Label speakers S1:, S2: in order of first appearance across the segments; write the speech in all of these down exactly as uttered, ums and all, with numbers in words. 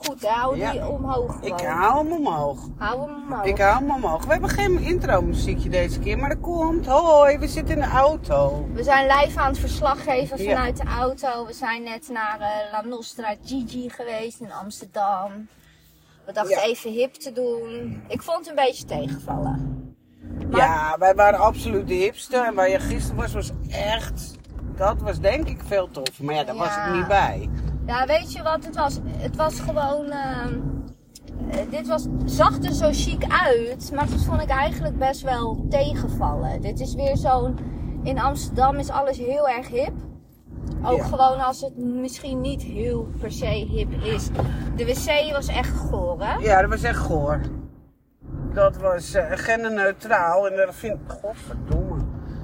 S1: goed, hè? Hou
S2: Ja.
S1: die omhoog gewoon.
S2: Ik hou hem omhoog.
S1: Hou hem omhoog.
S2: Ik hou hem omhoog. We hebben geen intro muziekje deze keer, maar dat komt. Hoi, we zitten in de auto.
S1: We zijn live aan het verslag geven
S2: Ja.
S1: vanuit de auto. We zijn net naar uh, La Nostra Gigi geweest in Amsterdam. We dachten
S2: Ja.
S1: even hip te doen. Ik vond het een beetje tegenvallen. Maar...
S2: Ja, wij waren absoluut de hipste. En waar je gisteren was, was echt... Dat was denk ik veel toffer. Maar ja, daar was
S1: Ja.
S2: ik niet bij.
S1: Ja, weet je wat het was? Het was gewoon... Uh, uh, dit was, zag er zo chic uit, maar dat vond ik eigenlijk best wel tegenvallen. Dit is weer zo'n... In Amsterdam is alles heel erg hip. Ook
S2: Ja.
S1: gewoon als het misschien niet heel per se hip is. De wc was echt goor, hè?
S2: Ja, dat was echt goor. Dat was uh, genderneutraal. En dat vind ik... Godverdomme.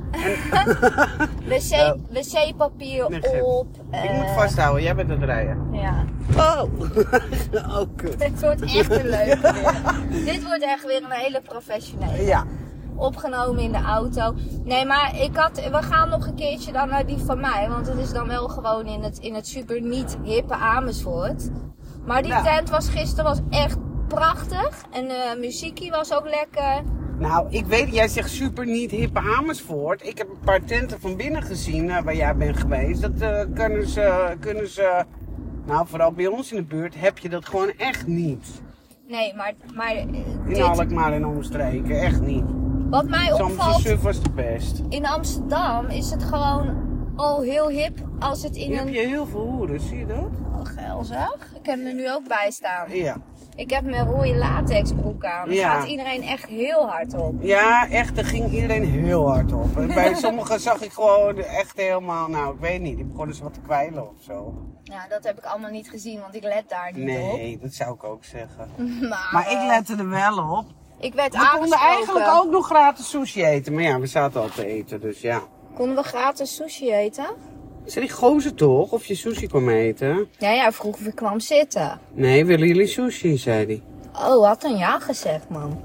S1: Wc,
S2: Nou.
S1: wc-papier
S2: Nee, geef.
S1: op.
S2: Ik
S1: uh,
S2: moet vasthouden, jij bent aan het rijden.
S1: Ja.
S2: Oh! Oh, kut.
S1: Dit wordt echt een leuke weer. Dit wordt echt weer een hele professionele.
S2: Ja.
S1: Opgenomen in de auto. Nee, maar ik had, we gaan nog een keertje dan naar die van mij. Want het is dan wel gewoon in het, in het super niet hippe Amersfoort. Maar die
S2: Ja.
S1: tent was gisteren was echt prachtig. En de muziekie was ook lekker.
S2: Nou, ik weet, jij zegt super niet hippe Amersfoort. Ik heb een paar tenten van binnen gezien uh, waar jij bent geweest. Dat uh, kunnen ze, kunnen ze, nou vooral bij ons in de buurt heb je dat gewoon echt niet.
S1: Nee, maar, maar
S2: In
S1: dit,
S2: Alkmaar en omstreken, echt niet.
S1: wat mij
S2: Soms
S1: opvalt,
S2: suf was de pest.
S1: in Amsterdam is het gewoon al heel hip als het in
S2: Hier heb
S1: een...
S2: je heel veel hoeren, zie je dat?
S1: Oh, geil zeg. Ik heb er nu ook bij staan.
S2: Ja.
S1: Ik heb mijn rode latexbroek aan. Daar
S2: Ja.
S1: gaat iedereen echt heel hard op.
S2: Ja, echt, daar ging iedereen heel hard op. En bij sommigen zag ik gewoon echt helemaal, nou ik weet niet, die begonnen ze wat te kwijlen of zo.
S1: Ja, dat heb ik allemaal niet gezien, want ik let daar niet
S2: Nee, dat zou ik ook zeggen.
S1: op. Maar,
S2: Maar ik
S1: eh,
S2: lette er wel op.
S1: ik werd
S2: We konden
S1: aangesproken.
S2: eigenlijk ook nog gratis sushi eten. Maar ja, we zaten al te eten, dus ja.
S1: Konden we gratis sushi eten?
S2: Zei die gozer toch? Of je sushi kwam eten?
S1: Ja, ja, vroeg of ik kwam zitten.
S2: Nee, willen jullie sushi, zei hij.
S1: Oh, had dan ja gezegd, man.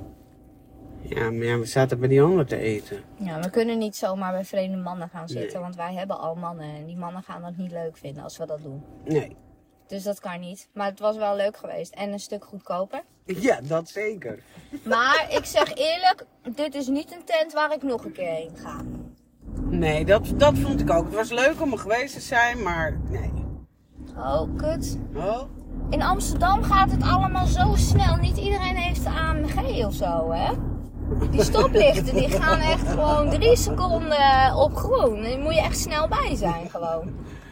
S2: Ja, maar ja, we zaten bij die ander te eten.
S1: Ja, we kunnen niet zomaar bij vreemde mannen gaan zitten,
S2: Nee.
S1: want wij hebben al mannen. En die mannen gaan dat niet leuk vinden als we dat doen.
S2: Nee.
S1: Dus dat kan niet. Maar het was wel leuk geweest en een stuk goedkoper.
S2: Ja, dat zeker.
S1: Maar ik zeg eerlijk, dit is niet een tent waar ik nog een keer heen ga.
S2: Nee, dat, dat vond ik ook. Het was leuk om er geweest te zijn, maar nee.
S1: Oh, kut.
S2: Oh?
S1: In Amsterdam gaat het allemaal zo snel. Niet iedereen heeft de A M G of zo, hè? Die stoplichten die gaan echt gewoon drie seconden op groen. Daar moet je echt snel bij zijn, gewoon.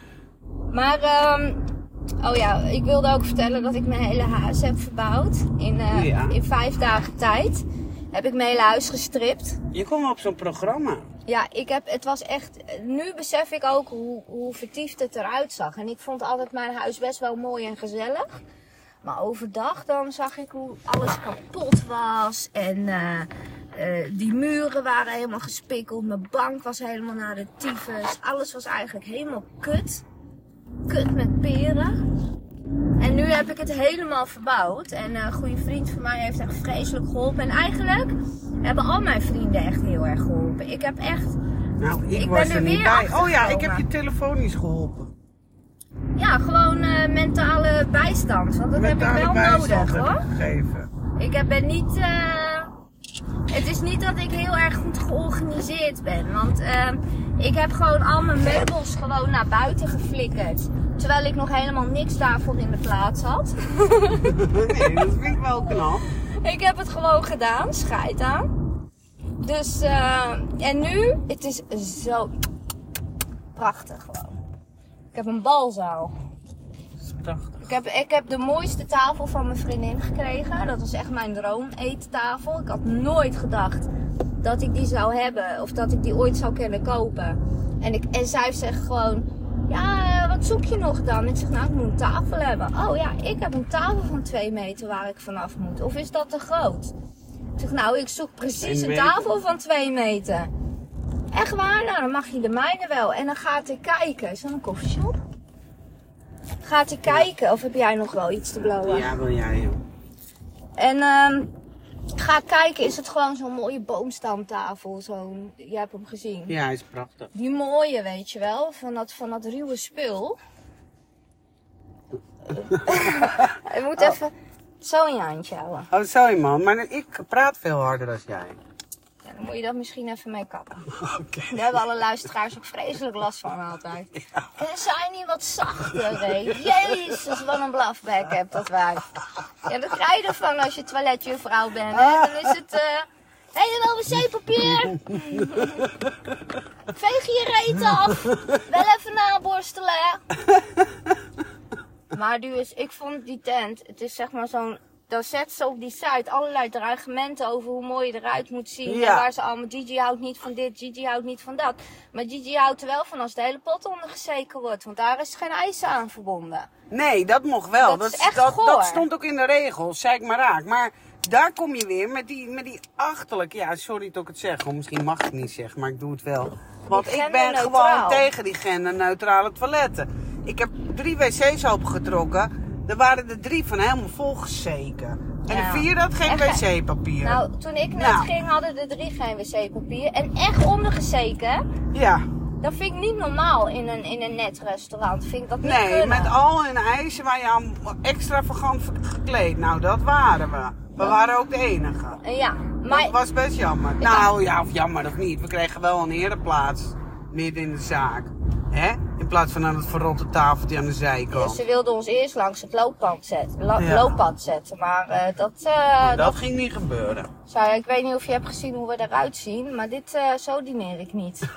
S1: Maar, ehm oh ja, ik wilde ook vertellen dat ik mijn hele huis heb verbouwd. In, eh,
S2: Ja.
S1: in vijf dagen tijd heb ik mijn hele huis gestript.
S2: Je kwam op zo'n programma.
S1: Ja, ik heb, het was echt, nu besef ik ook hoe, hoe vertiefd het eruit zag. En ik vond altijd mijn huis best wel mooi en gezellig. Maar overdag dan zag ik hoe alles kapot was. En uh, uh, die muren waren helemaal gespikkeld. Mijn bank was helemaal naar de tyfus. Alles was eigenlijk helemaal kut. Kut met peren. En nu heb ik het helemaal verbouwd. En een goede vriend van mij heeft echt vreselijk geholpen. En eigenlijk hebben al mijn vrienden echt heel erg geholpen. Ik heb echt...
S2: Nou, ik,
S1: Ik
S2: was
S1: ben er
S2: er niet
S1: weer
S2: bij. Oh ja, ik heb
S1: achtergekomen.
S2: je telefonisch geholpen.
S1: Ja, gewoon uh, mentale bijstand. Want dat heb ik wel nodig, hoor.
S2: Gegeven.
S1: Ik heb- ben niet... Uh... Het is niet dat ik heel erg goed georganiseerd ben. Want uh, ik heb gewoon al mijn meubels gewoon naar buiten geflikkerd. Terwijl ik nog helemaal niks daarvoor in de plaats had.
S2: Nee, dat vind ik wel knap.
S1: Ik heb het gewoon gedaan, scheid aan. Dus, uh, en nu, het is zo prachtig gewoon. Ik heb een balzaal.
S2: Prachtig.
S1: Ik heb, ik heb de mooiste tafel van mijn vriendin gekregen. Dat was echt mijn droom eettafel. Ik had nooit gedacht dat ik die zou hebben. Of dat ik die ooit zou kunnen kopen. En, ik, en zij zegt gewoon... Ja, wat zoek je nog dan? Ik zeg, nou, ik moet een tafel hebben. Oh ja, ik heb een tafel van twee meter waar ik vanaf moet. Of is dat te groot? Ik zeg, nou, ik zoek precies een tafel van twee meter. Echt waar? Nou, dan mag je de mijne wel. En dan gaat hij kijken. Is dat een koffieshop? Gaat hij kijken of heb jij nog wel iets te blowen?
S2: Ja, wil jij, joh.
S1: En um, ga kijken, is het gewoon zo'n mooie boomstamtafel? Zo'n, jij hebt hem gezien.
S2: Ja, hij is prachtig.
S1: Die mooie, weet je wel, van dat, van dat ruwe spul. Je moet
S2: Oh.
S1: even zo in je handje houden.
S2: Oh, sorry man, maar ik praat veel harder dan jij.
S1: Ja, dan moet je dat misschien even mee kappen.
S2: Oké.
S1: Daar hebben alle luisteraars ook vreselijk last van altijd.
S2: Ja.
S1: En zijn niet wat zachter, hè? Jezus, wat een blafbek hebt dat wijf. Ja, dat krijg je ervan als je toiletjuffrouw bent, hè? Dan is het... eh Hé, je wel wc-papier? Veeg je reet af. Wel even naborstelen, hè? Maar nu is, ik vond die tent, het is zeg maar zo'n... Dan zet ze op die site allerlei dreigementen over hoe mooi je eruit moet zien.
S2: Ja.
S1: En waar ze allemaal, Gigi houdt niet van dit, Gigi houdt niet van dat. Maar Gigi houdt er wel van als de hele pot ondergezeken wordt. Want daar is geen ijs aan verbonden.
S2: Nee, dat mocht wel.
S1: Dat is echt
S2: dat,
S1: goor.
S2: dat stond ook in de regels, zei ik maar raak. Maar daar kom je weer met die, met die achterlijke... Ja, sorry dat ik het zeg, want misschien mag ik het niet zeggen, maar ik doe het wel. Want ik ben
S1: genderneutraal.
S2: gewoon tegen die genderneutrale toiletten. Ik heb drie wc's opengetrokken. Er waren er drie van helemaal volgezeken. En
S1: Ja.
S2: de vierde had geen
S1: Echt,
S2: wc-papier.
S1: Nou, toen ik net
S2: Nou.
S1: ging hadden de drie geen wc-papier. En echt ondergezeken.
S2: Ja,
S1: Dat vind ik niet normaal in een, in een net restaurant. Vind ik dat niet
S2: nee,
S1: kunnen.
S2: met al hun eisen waar je aan extravagant gekleed. Nou, dat waren we. We waren ook de enige.
S1: En ja,
S2: Dat
S1: maar
S2: was best jammer. Nou ja, of jammer of niet. We kregen wel een ereplaats midden in de zaak. Hè? In plaats van aan het verrotte tafeltje aan de zijkant.
S1: ze wilden ons eerst langs het looppad zetten. lo-
S2: Ja.
S1: looppad zetten. Maar eh, dat, eh,
S2: dat,
S1: dat
S2: ging niet gebeuren.
S1: zou, ik weet niet of je hebt gezien hoe we eruit zien. Maar dit, eh, zo dineer ik niet.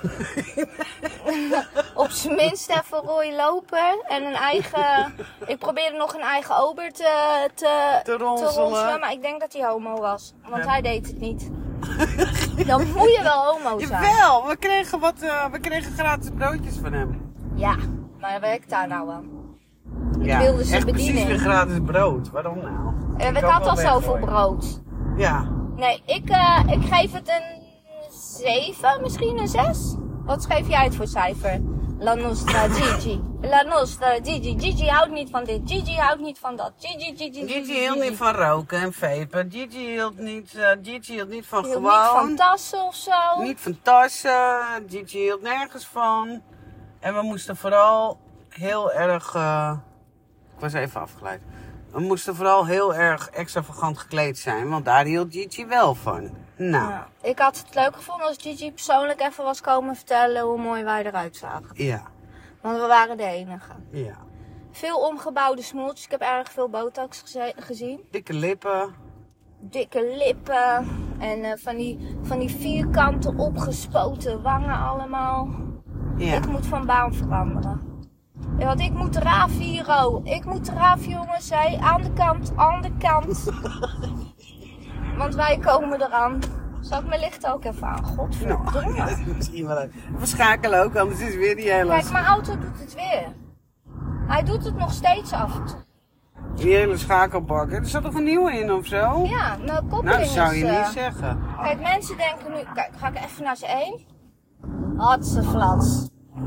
S1: Op zijn minst even rooi lopen. En een eigen... Ik probeerde nog een eigen ober te, te,
S2: Te ronselen.
S1: Maar ik denk dat hij homo was. Want
S2: Ja.
S1: hij deed het niet. Dan moet je wel homo zijn.
S2: Jawel, we kregen, wat, eh, we kregen gratis broodjes van hem.
S1: Ja, maar waar werkt daar nou aan?
S2: Ja,
S1: wilde ze
S2: echt
S1: bedienen.
S2: precies weer gratis brood. Waarom nou?
S1: En
S2: Ik
S1: ik had
S2: wel
S1: al zoveel
S2: weggooien.
S1: brood.
S2: Ja.
S1: Nee, ik, eh, ik geef het een zeven, misschien een zes. Wat schreef jij het voor cijfer? La Nostra Gigi. La Nostra Gigi. Gigi houdt niet van dit. Gigi houdt niet van dat. Gigi, Gigi,
S2: Gigi hield niet van roken en vapen. Gigi hield niet, eh, Gigi hield niet van
S1: Hield
S2: gewoon.
S1: niet van tassen of zo.
S2: Niet van tassen. Gigi hield nergens van. En we moesten vooral heel erg... eh, ik was even afgeleid. We moesten vooral heel erg extravagant gekleed zijn. Want daar hield Gigi wel van. Nou,
S1: Ja, ik had het leuk gevonden als Gigi persoonlijk even was komen vertellen hoe mooi wij eruit zagen.
S2: ja.
S1: Want we waren de enige.
S2: Ja.
S1: Veel omgebouwde smoeltjes. Ik heb erg veel botox geze- gezien.
S2: Dikke lippen.
S1: Dikke lippen. En eh, van, die, van die vierkante opgespoten wangen allemaal.
S2: Ja.
S1: Ik moet van baan veranderen. Ja, want ik moet eraf hier, oh. Ik moet eraf, jongens. Hé. Aan de kant, aan de kant. Want wij komen eraan. Zal ik mijn licht ook even aan?
S2: Nou,
S1: Godverdomme.
S2: ja, dat is misschien wel leuk. We schakelen ook, anders is weer die hele,
S1: Kijk, mijn auto doet het weer. Hij doet het nog steeds af en toe.
S2: die hele schakelbak. Er zat toch een nieuwe in of zo?
S1: Ja, mijn koppeling
S2: Nou, dat zou je
S1: is... eh,
S2: niet zeggen.
S1: Kijk, mensen denken nu... Kijk, ga ik even naar z'n één. Hatseflats.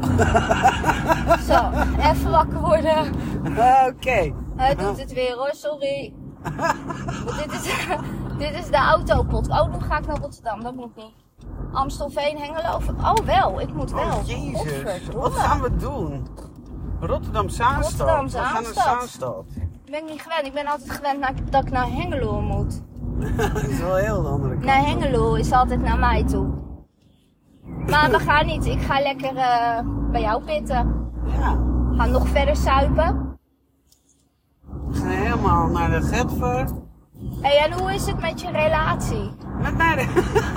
S1: Zo, even wakker worden.
S2: Oké.
S1: Hij doet het weer hoor, sorry. Want dit is, dit is de autopot. Oh, nu ga ik naar Rotterdam, dat moet niet. Amstelveen, Hengelo. of- Oh, wel, ik moet wel.
S2: Oh, jezus.
S1: Godverdomme.
S2: Wat gaan we doen? Rotterdam Zaanstad.
S1: Rotterdam
S2: We gaan naar
S1: Zaanstad.
S2: Zaanstad.
S1: Ik ben niet gewend. Ik ben altijd gewend naar, dat ik naar Hengelo moet.
S2: Dat is wel heel de andere kant.
S1: Naar Hengelo is altijd naar mij toe. Maar we gaan niet. Ik ga lekker eh, bij jou pitten.
S2: Ja.
S1: We gaan nog verder suipen.
S2: We gaan helemaal naar de Getver.
S1: Hey, en hoe is het met je relatie?
S2: Met mij. de-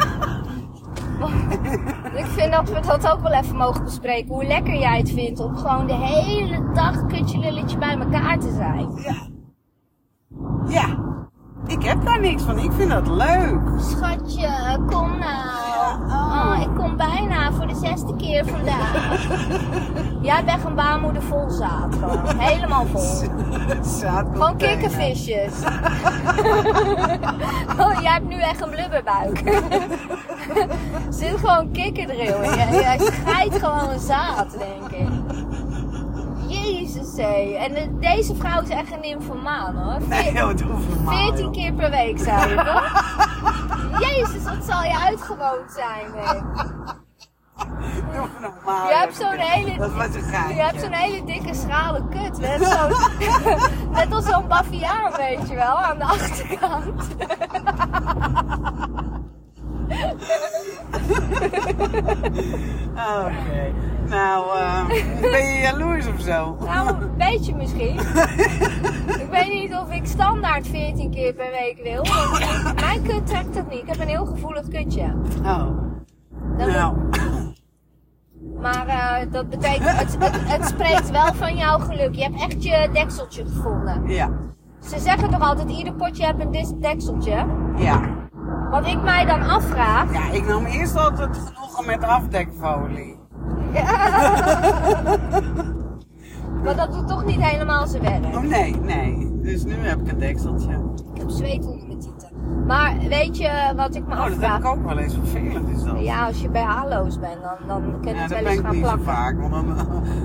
S1: Ik vind dat we dat ook wel even mogen bespreken. Hoe lekker jij het vindt om gewoon de hele dag kutje lulletje bij elkaar te zijn.
S2: Ja. Ja. Ik heb daar niks van. Ik vind dat leuk.
S1: Schatje, kom nou.
S2: Oh.
S1: Oh, ik kom bijna voor de zesde keer vandaag. Jij bent een baarmoeder vol zaad gewoon. Helemaal vol.
S2: Zaad
S1: Gewoon kikkervisjes. Oh, jij hebt nu echt een blubberbuik. Er zit gewoon kikkerdril in. Jij, jij scheidt gewoon een zaad, denk ik. Jezus, hé. En de- deze vrouw is echt een nymphomaan, hoor.
S2: Nee, joh, doe normaal,
S1: veertien
S2: joh.
S1: keer per week, zei je toch? Jezus, wat zal je uitgewoond zijn, hè?
S2: Doe normaal.
S1: Je hebt zo'n hele,
S2: Dat was een geintje.
S1: je hebt zo'n hele dikke schrale kut. Net, zo, net als zo'n baviaan, weet je wel, aan de achterkant.
S2: Oké. Okay. Nou, uh, ben je jaloers of zo?
S1: Nou, een beetje misschien. Ik weet niet of ik standaard veertien keer per week wil. Want mijn kut trekt het niet. Ik heb een heel gevoelig kutje.
S2: Oh.
S1: Dat
S2: nou.
S1: Maar uh, dat betekent, het, het, het spreekt wel van jouw geluk. Je hebt echt je dekseltje gevonden.
S2: Ja.
S1: Ze zeggen toch altijd, ieder potje heeft een dekseltje?
S2: Ja.
S1: Wat ik mij dan afvraag...
S2: Ja, ik nam eerst altijd genoegen met afdekfolie.
S1: Maar dat doet toch niet helemaal zijn werk?
S2: Oh nee, nee. Dus nu heb ik een dekseltje.
S1: Ik heb zweet onder mijn tieten. Maar weet je wat ik me
S2: Oh,
S1: afvraag?
S2: dat heb ik ook wel eens. Vervelend is dat.
S1: Ja, als je bij Halo's bent, dan, dan kan
S2: Ja,
S1: het
S2: dat
S1: wel eens
S2: ben ik
S1: gaan
S2: niet
S1: plakken.
S2: zo vaak, want dan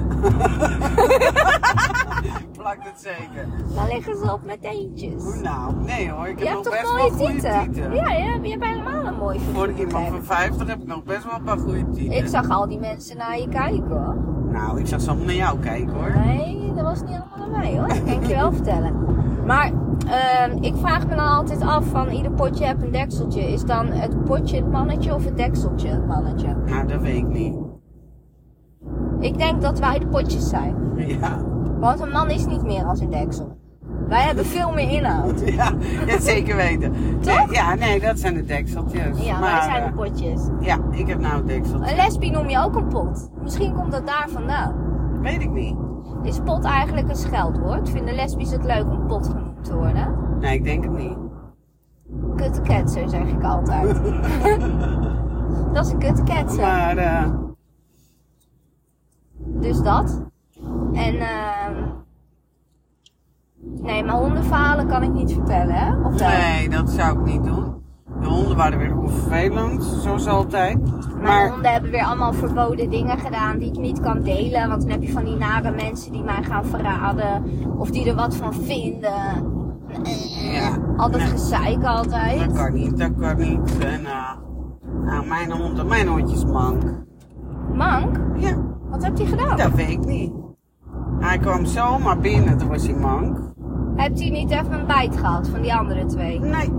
S2: plakt het zeker.
S1: Dan liggen ze op met teentjes.
S2: Oh, nou, nee hoor, ik
S1: Je
S2: heb
S1: hebt
S2: nog
S1: toch
S2: best
S1: mooie
S2: wel goede
S1: tieten?
S2: tieten.
S1: Ja, je hebt, je hebt helemaal een mooi
S2: Voor
S1: verdiend
S2: iemand van
S1: lijf.
S2: vijftig heb ik nog best wel een paar goede tieten.
S1: Ik zag al die mensen naar je kijken hoor.
S2: Nou, ik zag ze allemaal naar jou kijken hoor.
S1: Nee, dat was niet allemaal naar mij hoor. Dat kan ik je wel vertellen. Maar uh, ik vraag me dan altijd af van ieder potje heeft een dekseltje. Is dan het potje het mannetje of het dekseltje het mannetje?
S2: Nou, dat weet ik niet.
S1: Ik denk dat wij de potjes zijn.
S2: Ja.
S1: Want een man is niet meer als een deksel. Wij hebben veel meer inhoud.
S2: Ja, dat zeker weten.
S1: Toch?
S2: Nee, ja, nee, dat zijn de dekseltjes.
S1: Ja,
S2: maar
S1: wij zijn de
S2: eh,
S1: potjes.
S2: Ja, ik heb nou een dekseltje.
S1: Een lesbi noem je ook een pot. Misschien komt dat daar vandaan.
S2: Weet ik niet.
S1: Is pot eigenlijk een scheldwoord? Vinden lesbisch het leuk om pot genoemd te worden?
S2: Nee, ik denk het niet.
S1: Kutteketser zeg ik altijd. Dat is een kutteketser.
S2: Maar, eh
S1: Dus dat. En ehm nee, maar hondenverhalen kan ik niet vertellen, hè? Of wel?
S2: nee, dat zou ik niet doen. De honden waren weer vervelend, zoals altijd.
S1: Mijn
S2: Maar,
S1: honden hebben weer allemaal verboden dingen gedaan die ik niet kan delen. Want dan heb je van die nare mensen die mij gaan verraden. Of die er wat van vinden.
S2: ja,
S1: Altijd
S2: nee,
S1: gezeik altijd.
S2: dat kan niet, dat kan niet. En, uh, nou, mijn hond, mijn hondje is mank.
S1: Mank?
S2: Ja,
S1: Wat hebt hij gedaan?
S2: dat weet ik niet. Hij kwam zomaar binnen, toen was hij mank.
S1: Hebt hij niet even een bijt gehad van die andere twee?
S2: Nee.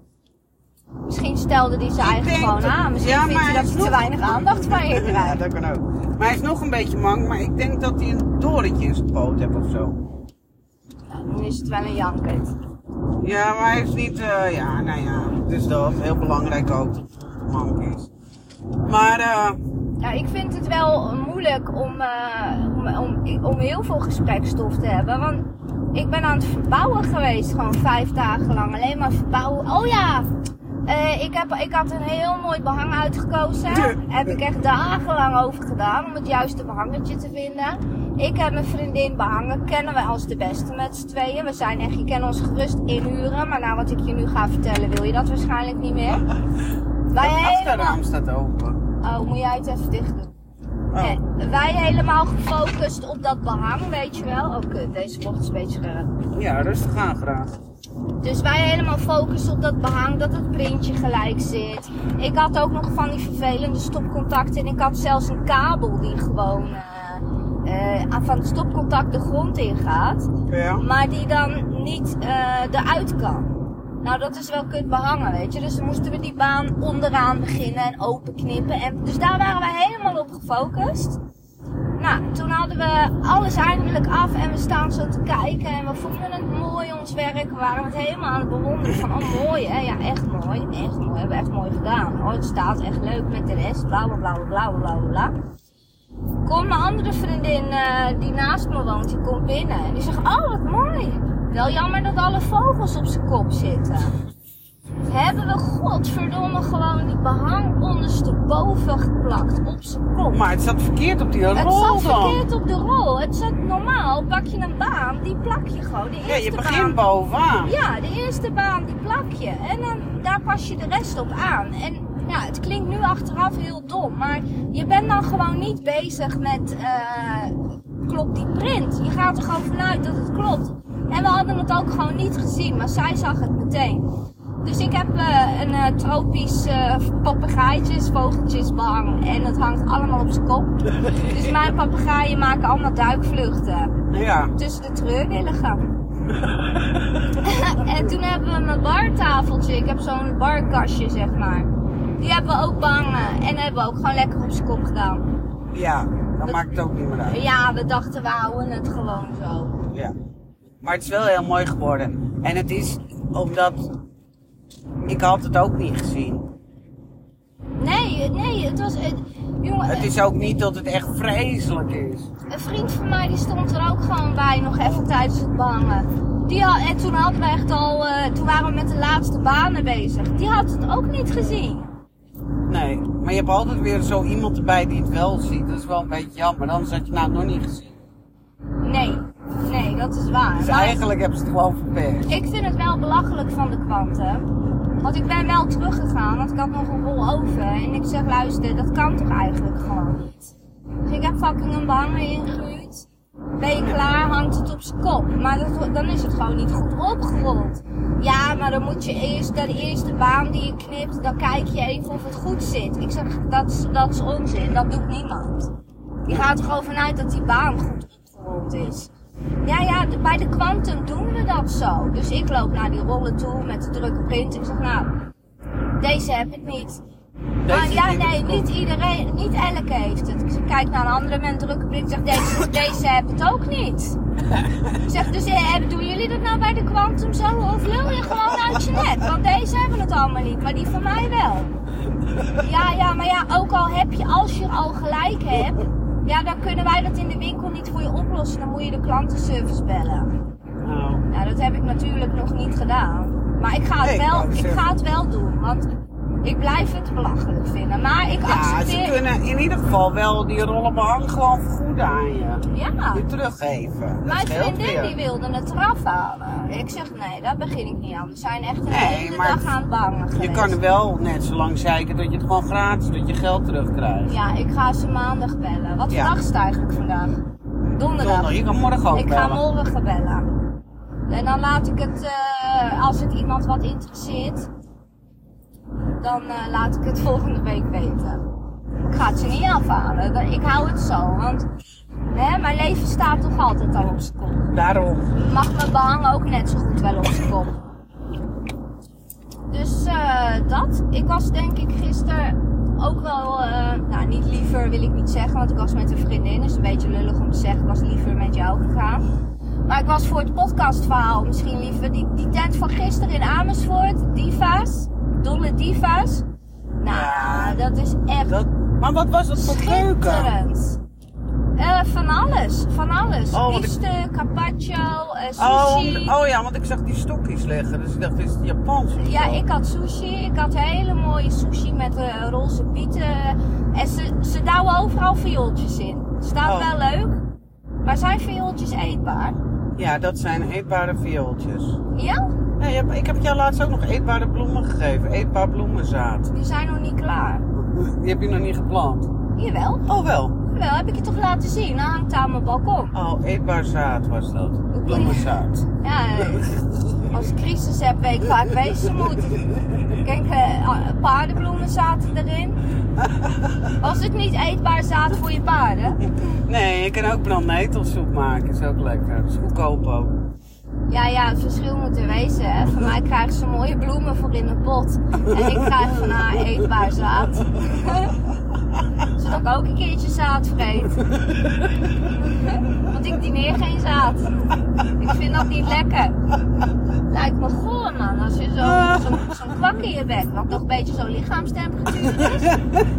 S1: Misschien stelde hij zijn eigen
S2: denk
S1: gewoon
S2: dat-
S1: aan. Misschien
S2: ja,
S1: vindt
S2: maar
S1: hij
S2: hij
S1: dat
S2: is
S1: hij te
S2: nog-
S1: weinig aandacht van je
S2: Ja,
S1: krijgt.
S2: dat kan ook. Maar hij is nog een beetje mank, maar ik denk dat hij een dorentje in zijn poot heeft of zo.
S1: Nou, dan is het wel een jankert.
S2: Ja, maar hij is niet, uh, ja, nou ja, dus dat is heel belangrijk ook dat het mank is. Maar, eh,
S1: Ja, ik vind het wel moeilijk om, uh, om, om, om heel veel gesprekstof te hebben. Want ik ben aan het verbouwen geweest, gewoon vijf dagen lang. Alleen maar verbouwen. Oh ja, uh, ik, heb, ik had een heel mooi behang uitgekozen. Daar heb ik echt dagenlang over gedaan om het juiste behangetje te vinden. Ik heb mijn vriendin behangen, kennen we als de beste met z'n tweeën. We zijn echt, je kan ons gerust inhuren. Maar na wat ik je nu ga vertellen wil je dat waarschijnlijk niet meer. Wij
S2: het
S1: helemaal...
S2: achterraam staat open.
S1: Oh, moet jij het even dicht doen?
S2: Oh.
S1: En wij helemaal gefocust op dat behang, weet je wel. Oh kut, deze bocht is een beetje scherp.
S2: Ja, rustig aan graag.
S1: Dus wij helemaal focussen op dat behang, dat het printje gelijk zit. Ik had ook nog van die vervelende stopcontacten. En ik had zelfs een kabel die gewoon uh, uh, van het stopcontact de grond ingaat.
S2: Ja.
S1: Maar die dan niet uh, eruit kan. Nou, dat is wel kut behangen, weet je. Dus dan moesten we die baan onderaan beginnen en openknippen. En dus daar waren we helemaal op gefocust. Nou, toen hadden we alles eindelijk af en we staan zo te kijken. En we vonden het mooi, ons werk. We waren het helemaal aan het bewonderen van, oh mooi hè. Ja, echt mooi. Echt mooi. Hebben we echt mooi gedaan. Oh, het staat echt leuk met de rest. Bla bla bla bla bla bla bla. Komt mijn andere vriendin uh, die naast me woont, die komt binnen. En die zegt, oh wat mooi. Wel jammer dat alle vogels op zijn kop zitten. Hebben we godverdomme gewoon die behang ondersteboven geplakt op zijn kop.
S2: Maar het zat verkeerd op die rol
S1: Het zat
S2: dan.
S1: verkeerd op de rol. Het zat normaal, pak je een baan, die plak je gewoon. De
S2: Ja,
S1: eerste
S2: je begint
S1: baan,
S2: bovenaan.
S1: ja, de eerste baan die plak je. En dan, daar pas je de rest op aan. En ja, het klinkt nu achteraf heel dom. Maar je bent dan gewoon niet bezig met, uh, klopt die print? Je gaat er gewoon vanuit dat het klopt. En we hadden het ook gewoon niet gezien, maar zij zag het meteen. Dus ik heb uh, een uh, tropisch uh, papegaaitjes, vogeltjesbang en het hangt allemaal op zijn kop. Dus mijn papegaaien maken allemaal duikvluchten
S2: Ja.
S1: tussen de treurwilligen. En toen hebben we mijn bartafeltje, ik heb zo'n barkastje zeg maar. Die hebben we ook bangen en hebben we ook gewoon lekker op zijn kop gedaan.
S2: Ja, dan
S1: We-
S2: maakt het ook niet meer uit.
S1: Ja, we dachten we houden het gewoon zo.
S2: Ja. Maar het is wel heel mooi geworden. En het is omdat... Ik had het ook niet gezien.
S1: Nee, nee, het was... Het, jongen,
S2: Het is ook niet dat het echt vreselijk is.
S1: een vriend van mij die stond er ook gewoon bij nog even tijdens het bangen. Die had, en toen hadden we echt al... Uh, toen waren we met de laatste banen bezig. Die had het ook niet gezien.
S2: Nee, maar je hebt altijd weer zo iemand erbij die het wel ziet. Dat is wel een beetje jammer. Anders had je het nou nog niet gezien.
S1: Nee, nee, dat is waar.
S2: Dus
S1: Maar
S2: eigenlijk hebben ze het gewoon verpest.
S1: ik vind het wel belachelijk van de kwanten. Want ik ben wel teruggegaan, want ik had nog een rol over. En ik zeg, luister, dat kan toch eigenlijk gewoon niet. Dus ik heb fucking een banger ingehuurd. Ben je klaar, hangt het op zijn kop. Maar dat, dan is het gewoon niet goed opgerold. Ja, maar dan moet je eerst, de eerste baan die je knipt, dan kijk je even of het goed zit. Ik zeg, dat is, dat is onzin, dat doet niemand. Je gaat er gewoon vanuit dat die baan goed opgerold is. Ja, ja, de- bij de Quantum doen we dat zo. Dus ik loop naar die rollen toe met de drukke print. Ik zeg, nou, deze heb ik niet.
S2: Deze
S1: Maar ja,
S2: is niet
S1: nee,
S2: goed.
S1: niet iedereen, niet elke heeft het. Ik kijk naar een andere met een drukke print. Ik zeg, deze, deze heb het ook niet. Ik zeg, dus eh, doen jullie dat nou bij de Quantum zo? Of lul je gewoon uit je nek? Want deze hebben het allemaal niet, maar die van mij wel. Ja, ja, maar ja, ook al heb je, als je al gelijk hebt, ja, dan kunnen wij dat in de winkel niet voor je oplossen. Dan moet je de klantenservice bellen.
S2: Nou,
S1: Nou, dat heb ik natuurlijk nog niet gedaan. Maar ik ga het,
S2: Nee, ik
S1: wel,
S2: wou
S1: ik
S2: zeggen.
S1: ga het wel doen, want ik blijf het belachelijk vinden. Maar ik
S2: ja, ze
S1: accepteer...
S2: kunnen in ieder geval wel die rollen behang gewoon vergoeden aan je.
S1: Ja,
S2: Je teruggeven. Dat
S1: mijn
S2: scheelt
S1: vriendin
S2: weer.
S1: die wilde het eraf halen. Ik zeg, nee, daar begin ik niet aan. We zijn echt een
S2: Nee,
S1: hele
S2: maar
S1: dag aan het bangen
S2: Je
S1: geweest.
S2: kan er wel net zo lang zeiken dat je het gewoon gratis, dat je geld terugkrijgt.
S1: Ja, ik ga ze maandag bellen. Wat voor
S2: Ja.
S1: dag is het eigenlijk vandaag? Donderdag.
S2: Donderdag, je kan morgen ook
S1: Ik ga
S2: bellen.
S1: morgen bellen. En dan laat ik het, eh, als het iemand wat interesseert, dan eh, laat ik het volgende week weten. Ik ga het ze niet afhalen. Dat- Ik hou het zo, want hè, mijn leven staat toch altijd al op zijn kop.
S2: Daarom.
S1: Mag mijn behang ook net zo goed wel op zijn kop. Dus eh, dat. Ik was denk ik gisteren ook wel, eh, nou niet liever wil ik niet zeggen, want ik was met een vriendin. Dus een beetje lullig om te zeggen, ik was liever met jou gegaan. Maar ik was voor het podcastverhaal misschien liever. Die, die tent van gisteren in Amersfoort, Diva's, Dolle Diva's. Nou,
S2: Ja.
S1: dat is echt
S2: Dat, maar wat was dat voor keuken?
S1: schitterend. Eh, van alles, van alles.
S2: Oh, want ik-
S1: Biefstuk, carpaccio, eh,
S2: Oh,
S1: sushi.
S2: oh ja, want ik zag die stokjes liggen, dus ik dacht, is het Japans of
S1: Ja,
S2: zo?
S1: ik had sushi. Ik had hele mooie sushi met eh, roze bieten. En ze, ze douwen overal viooltjes in. Staat
S2: Oh.
S1: wel leuk. Maar zijn viooltjes eetbaar?
S2: Ja, dat zijn eetbare viooltjes.
S1: Ja?
S2: Ja, je hebt- ik heb jou laatst ook nog eetbare bloemen gegeven, eetbaar bloemenzaad.
S1: Die zijn nog niet klaar.
S2: Die heb je nog niet geplant.
S1: Jawel.
S2: Oh wel.
S1: Jawel, heb ik je toch laten zien? Nou hangt het aan mijn balkon.
S2: Oh, eetbaar zaad was dat. Bloemenzaad.
S1: Ja, eh, als ik crisis heb, weet ik waar ik wezen moet. Kijk, eh, paardenbloemen zaten erin. Was het niet eetbaar zaad voor je paarden?
S2: Nee, je kan ook brandnetelsoep maken, is ook lekker. Dat is goedkoop ook.
S1: Ja, ja, het verschil moet er wezen. Hè. Van mij krijgt ze mooie bloemen voor in mijn pot. En ik krijg van haar eetbaar zaad. Zodat ik ook een keertje zaad vreet. Want ik dineer geen zaad. Ik vind dat niet lekker. Lijkt me goor, man. Als je zo'n zo, zo'n kwak in je bek, wat nog een beetje zo'n lichaamstemperatuur is.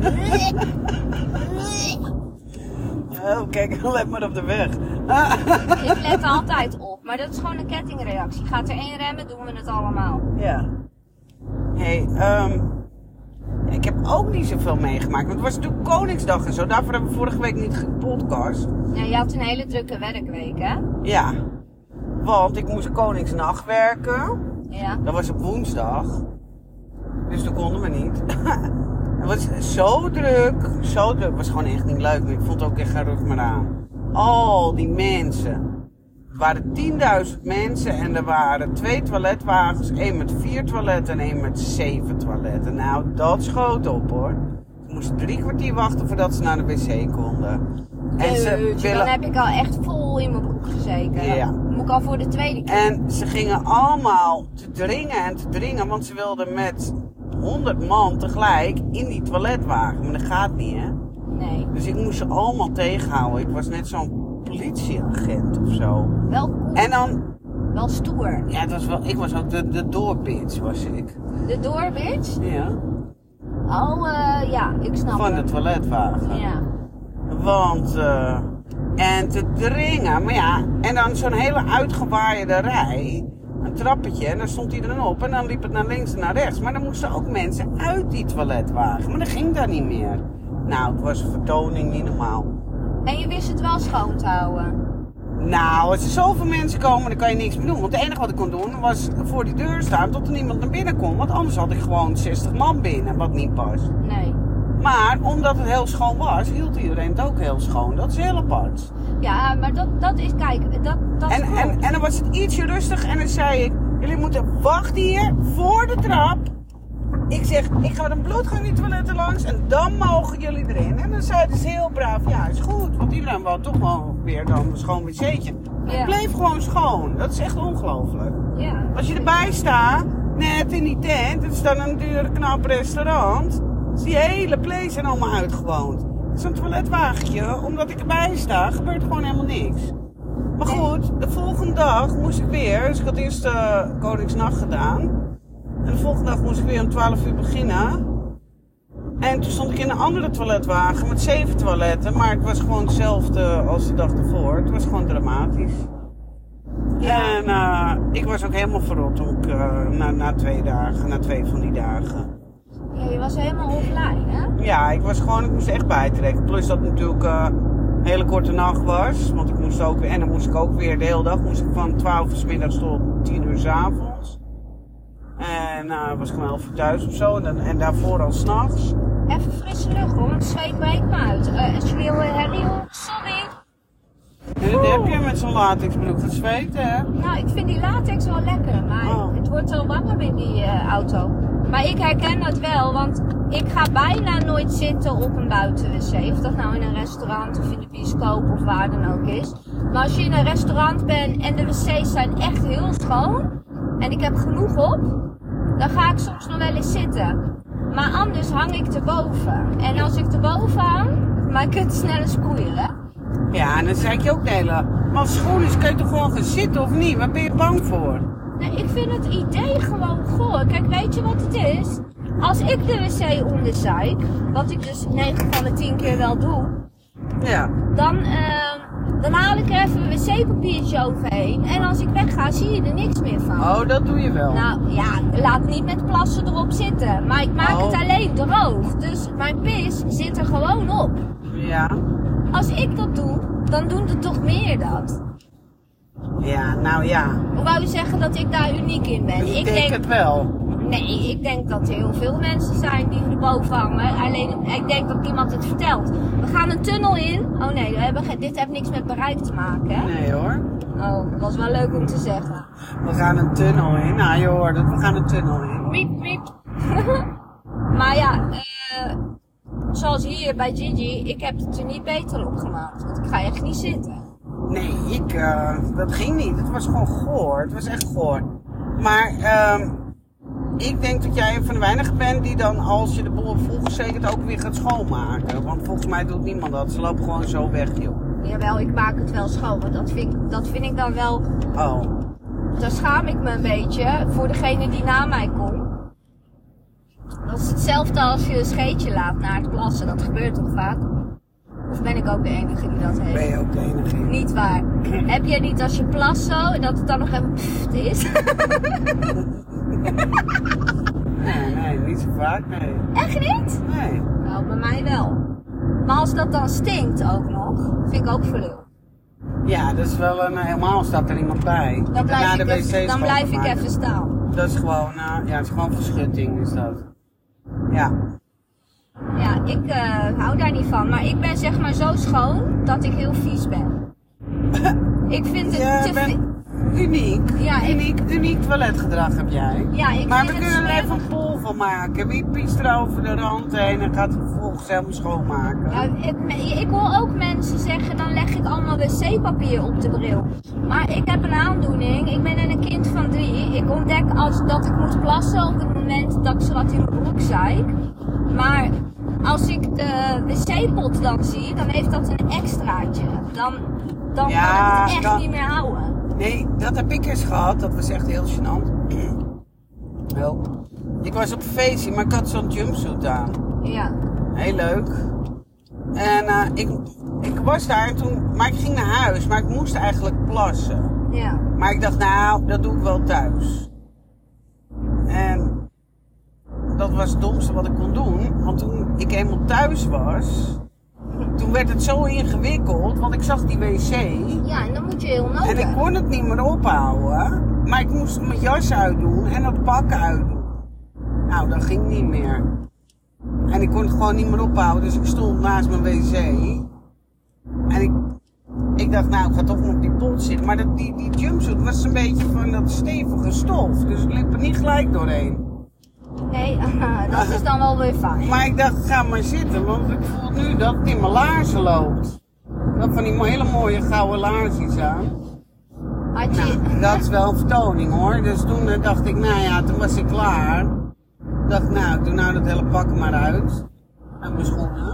S2: Oh, kijk, let maar op de weg.
S1: Ik let altijd op. Maar dat is gewoon een kettingreactie. Gaat er één remmen, doen we het allemaal.
S2: Ja. Hé, hey, ehm ik heb ook niet zoveel meegemaakt. Want het was natuurlijk Koningsdag en zo. Daarvoor hebben we vorige week niet gepodcast.
S1: Ja, je had een hele drukke werkweek, hè?
S2: Ja. Want ik moest Koningsnacht werken.
S1: Ja.
S2: Dat was op woensdag. Dus dat konden we niet. Het was zo druk. Zo druk. Het was gewoon echt niet leuk. Maar ik vond het ook echt geen rug meer aan. Al die mensen. waren tienduizend mensen en er waren twee toiletwagens. één met vier toiletten en één met zeven toiletten. Nou, dat schoot op hoor. Ze moesten drie kwartier wachten voordat ze naar de wc konden. En ze
S1: Jeetje,
S2: willen...
S1: dan heb ik al echt vol in mijn broek gezeten.
S2: Ja.
S1: Moet ik al voor de tweede keer.
S2: En ze gingen allemaal te dringen en te dringen, want ze wilden met honderd man tegelijk in die toiletwagen. Maar dat gaat niet, hè?
S1: Nee.
S2: Dus ik moest ze allemaal tegenhouden. Ik was net zo'n politieagent of zo.
S1: Wel cool.
S2: En dan,
S1: Wel stoer.
S2: ja, het was wel, ik was ook de, de doorbitch, was ik.
S1: De doorbitch?
S2: Ja.
S1: Oh, eh, ja, ik snap
S2: Van de
S1: het.
S2: toiletwagen.
S1: Ja.
S2: Want, eh, en te dringen, maar ja, en dan zo'n hele uitgewaaide rij, een trappetje, en dan stond iedereen op en dan liep het naar links en naar rechts. Maar dan moesten ook mensen uit die toiletwagen, maar dat ging daar niet meer. Nou, het was een vertoning niet normaal.
S1: En je wist het wel schoon te houden.
S2: Nou, als er zoveel mensen komen, dan kan je niks meer doen. Want het enige wat ik kon doen, was voor die deur staan tot er niemand naar binnen kon. Want anders had ik gewoon zestig man binnen, wat niet past.
S1: Nee.
S2: Maar omdat het heel schoon was, hield iedereen het ook heel schoon. Dat is heel apart.
S1: Ja, maar dat, dat is, kijk, dat, dat
S2: En,
S1: klopt.
S2: en, en dan was het ietsje rustig en dan zei ik, jullie moeten wachten hier voor de trap. Ik zeg, ik ga een bloedgang die toiletten langs en dan mogen jullie erin. En dan zeiden ze heel braaf, ja is goed. Want iedereen wou toch wel weer dan een schoon wc'tje.
S1: Ja.
S2: Het bleef gewoon schoon. Dat is echt ongelooflijk.
S1: Ja.
S2: Als je erbij staat, net in die tent, het is dan een duur knap restaurant. Is die hele place zijn allemaal uitgewoond. Zo'n toiletwagentje, omdat ik erbij sta, gebeurt gewoon helemaal niks. Maar goed, de volgende dag moest ik weer, dus ik had eerst uh, Koningsnacht gedaan. En de volgende dag moest ik weer om twaalf uur beginnen. En toen stond ik in een andere toiletwagen met zeven toiletten. Maar het was gewoon hetzelfde als de dag ervoor. Het was gewoon dramatisch.
S1: Ja.
S2: En uh, ik was ook helemaal verrot toen ik, uh, na, na twee dagen, na twee van die dagen.
S1: Ja, je was helemaal offline, hè?
S2: Ja, ik was gewoon, ik moest echt bijtrekken. Plus dat het natuurlijk uh, een hele korte nacht was. Want ik moest ook weer, en dan moest ik ook weer de hele dag, moest ik van twaalf uur 's middags tot tien uur 's avonds. En uh, was ik om elf uur thuis of zo. En, dan, en daarvoor al 's nachts.
S1: Even frisse lucht hoor, want het zweet breekt me uit. Uh, als jullie heel herrie horen, sorry.
S2: En dat heb je met zo'n latexbroek het zweten, hè?
S1: Nou, ik vind die latex wel lekker, maar
S2: Oh.
S1: het wordt wel warm in die uh, auto. Maar ik herken dat wel, want ik ga bijna nooit zitten op een buitenwc. Of dat nou in een restaurant of in de bioscoop of waar dan ook is. Maar als je in een restaurant bent en de wc's zijn echt heel schoon en ik heb genoeg op, dan ga ik soms nog wel eens zitten. Maar anders hang ik erboven. En als ik erboven hang, maak ik het snel eens koeieren.
S2: Ja, en dan zei ik je ook de hele... Maar als het schoon is, kun je toch gewoon gaan zitten of niet? Waar ben je bang voor?
S1: Nee, ik vind het idee gewoon goor. Kijk, weet je wat het is? Als ik de wc onderzuik, wat ik dus negen van de tien keer wel doe,
S2: Ja.
S1: dan, uh, dan haal ik er even een wc-papiertje overheen. En als ik wegga, zie je er niks meer van.
S2: Oh, dat doe je wel.
S1: Nou ja, laat niet met plassen erop zitten. Maar ik maak
S2: Oh.
S1: het alleen droog. Dus mijn pis zit er gewoon op.
S2: Ja.
S1: Als ik dat doe, dan doen er toch meer dat.
S2: Ja, nou ja.
S1: Hoe wou je zeggen dat ik daar uniek in ben?
S2: Ik, denk het wel.
S1: Nee, ik denk dat er heel veel mensen zijn die erboven hangen. Alleen, ik denk dat iemand het vertelt. We gaan een tunnel in. Oh nee, we hebben ge- dit heeft niks met bereik te maken, hè?
S2: Nee hoor.
S1: Oh, dat was wel leuk om te zeggen.
S2: We gaan een tunnel in. Nou, je hoort het. We gaan een tunnel in.
S1: Miep, miep. Maar ja, eh, zoals hier bij Gigi, ik heb het er niet beter op gemaakt. Want ik ga echt niet zitten.
S2: Nee, ik, uh, dat ging niet. Het was gewoon goor. Het was echt goor. Maar, ehm ik denk dat jij een van de weinigen bent die dan, als je de boel hebt volgezekerd, ook weer gaat schoonmaken. Want volgens mij doet niemand dat. Ze lopen gewoon zo weg, joh.
S1: Jawel, ik maak het wel schoon. Want dat vind, ik- dat vind ik dan wel...
S2: Oh.
S1: Daar schaam ik me een beetje voor degene die na mij komt. Dat is hetzelfde als je een scheetje laat na het plassen. Dat gebeurt toch vaak? Of ben ik ook de enige die dat heeft?
S2: Ben je ook de enige?
S1: Niet waar. Heb jij niet als je plast zo en dat het dan nog even pfft is?
S2: Nee, nee, niet zo vaak, nee.
S1: Echt niet?
S2: Nee.
S1: Nou, bij mij wel. Maar als dat dan stinkt ook nog, vind ik ook verlul.
S2: Ja, dat is wel een, helemaal staat er iemand bij.
S1: Dan blijf,
S2: Na
S1: ik,
S2: de
S1: even,
S2: wc's
S1: dan blijf ik
S2: schoonmaken.
S1: even staan.
S2: Dat is gewoon, uh, ja, het is gewoon verschutting, is dat. Ja.
S1: Ja, ik uh, hou daar niet van. Maar ik ben zeg maar zo schoon dat ik heel vies ben. Ik vind het
S2: Je
S1: te
S2: bent
S1: veel.
S2: uniek.
S1: Ja, ik-
S2: uniek, uniek toiletgedrag heb jij.
S1: Ja, ik
S2: Maar we
S1: vind het
S2: kunnen er
S1: smerig.
S2: even een poll van maken. Wie piest er over de rand heen en gaat het vervolgens helemaal schoonmaken?
S1: Ja, ik, ik hoor ook mensen zeggen, dan leg ik allemaal wc-papier op de bril. Maar ik heb een aandoening, ik ben een kind van drie. Ik ontdek als dat ik moet plassen op het moment dat ik zo wat in mijn broek zeik. Maar als ik de wc-pot dan zie, dan heeft dat een extraatje. Dan, dan
S2: Ja,
S1: kan ik het echt
S2: dan-
S1: niet meer houden.
S2: Nee, dat heb ik eens gehad. Dat was echt heel gênant. Wel, ik was op een feestje, maar ik had zo'n jumpsuit aan.
S1: Ja.
S2: Heel leuk. En eh, ik, ik was daar en toen, maar ik ging naar huis, maar ik moest eigenlijk plassen.
S1: Ja.
S2: Maar ik dacht, nou, dat doe ik wel thuis. En dat was het domste wat ik kon doen. Want toen ik eenmaal thuis was, toen werd het zo ingewikkeld, want ik zag die wc.
S1: Ja, en dan moet je heel nodig.
S2: En ik kon het niet meer ophouden. Maar ik moest mijn jas uitdoen en dat pak uitdoen. Nou, dat ging niet meer. En ik kon het gewoon niet meer ophouden, dus ik stond naast mijn wc. En ik, ik dacht, nou, ik ga toch nog op die pot zitten. Maar dat, die, die jumpsuit was een beetje van dat stevige stof. Dus ik liep er niet gelijk doorheen.
S1: Nee, dat is dan wel weer fijn.
S2: Maar ik dacht, ga maar zitten, want ik voel nu dat het in mijn laarzen loopt. Ik had van die hele mooie gouden laarsjes aan.
S1: Had je...
S2: Nou, dat is wel een vertoning hoor. Dus toen eh, dacht ik, nou ja, toen was ik klaar. Ik dacht, nou, ik doe nou dat hele pak maar uit. En mijn schoenen.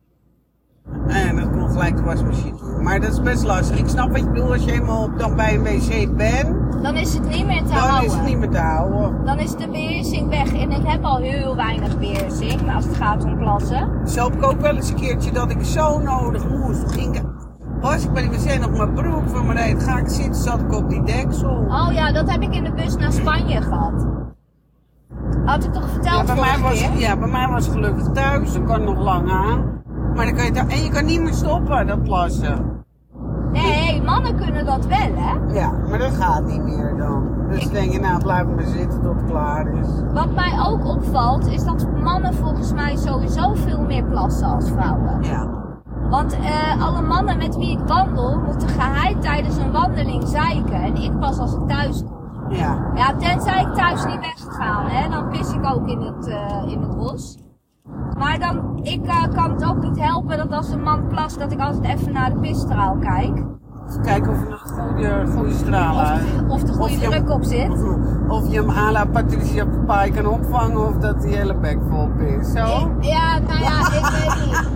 S2: En dat kon gelijk de wasmachine doen. Maar dat is best lastig. Ik snap wat je bedoelt, als je eenmaal dan bij een wc bent,
S1: Dan is het niet meer te
S2: dan
S1: houden.
S2: is het niet meer te houden.
S1: Dan is de beheersing weg. En ik heb al heel weinig beheersing als het gaat om plassen.
S2: Zo heb ik ook wel eens een keertje dat ik zo nodig moest. Toen ging ik, was ik bij die wc nog mijn broek van mijn reet. Ga ik zitten, zat ik op die deksel.
S1: Oh ja, dat heb ik in de bus naar Spanje gehad. Had ik toch
S2: Ja,
S1: verteld
S2: bij mij
S1: vorige
S2: was,
S1: keer?
S2: ja, bij mij was het gelukkig thuis. Dat kan nog lang aan. Maar dan kan je daar, en je kan niet meer stoppen, dat plassen.
S1: Nee, mannen kunnen dat wel, hè?
S2: Ja, maar dat gaat niet meer dan. Dus dan denk je, nou, blijf maar zitten tot het klaar is.
S1: Wat mij ook opvalt, is dat mannen volgens mij sowieso veel meer plassen als vrouwen.
S2: Ja.
S1: Want eh, alle mannen met wie ik wandel, moeten geheid tijdens een wandeling zeiken. En ik pas als ik thuis kom.
S2: Ja.
S1: Ja, tenzij ik thuis niet weg ga, hè, dan pis ik ook in het, uh, in het bos. Maar dan, ik uh, kan het ook niet helpen dat als een man plast, dat ik altijd even naar de pisstraal kijk.
S2: Even kijken of er een goede, goede straal uit.
S1: Of, of de goede
S2: Of je-
S1: druk op zit.
S2: Of je hem à la Patricia Pai kan opvangen of dat die hele bek vol is. Zo?
S1: Ik, ja, nou ja, ik weet niet.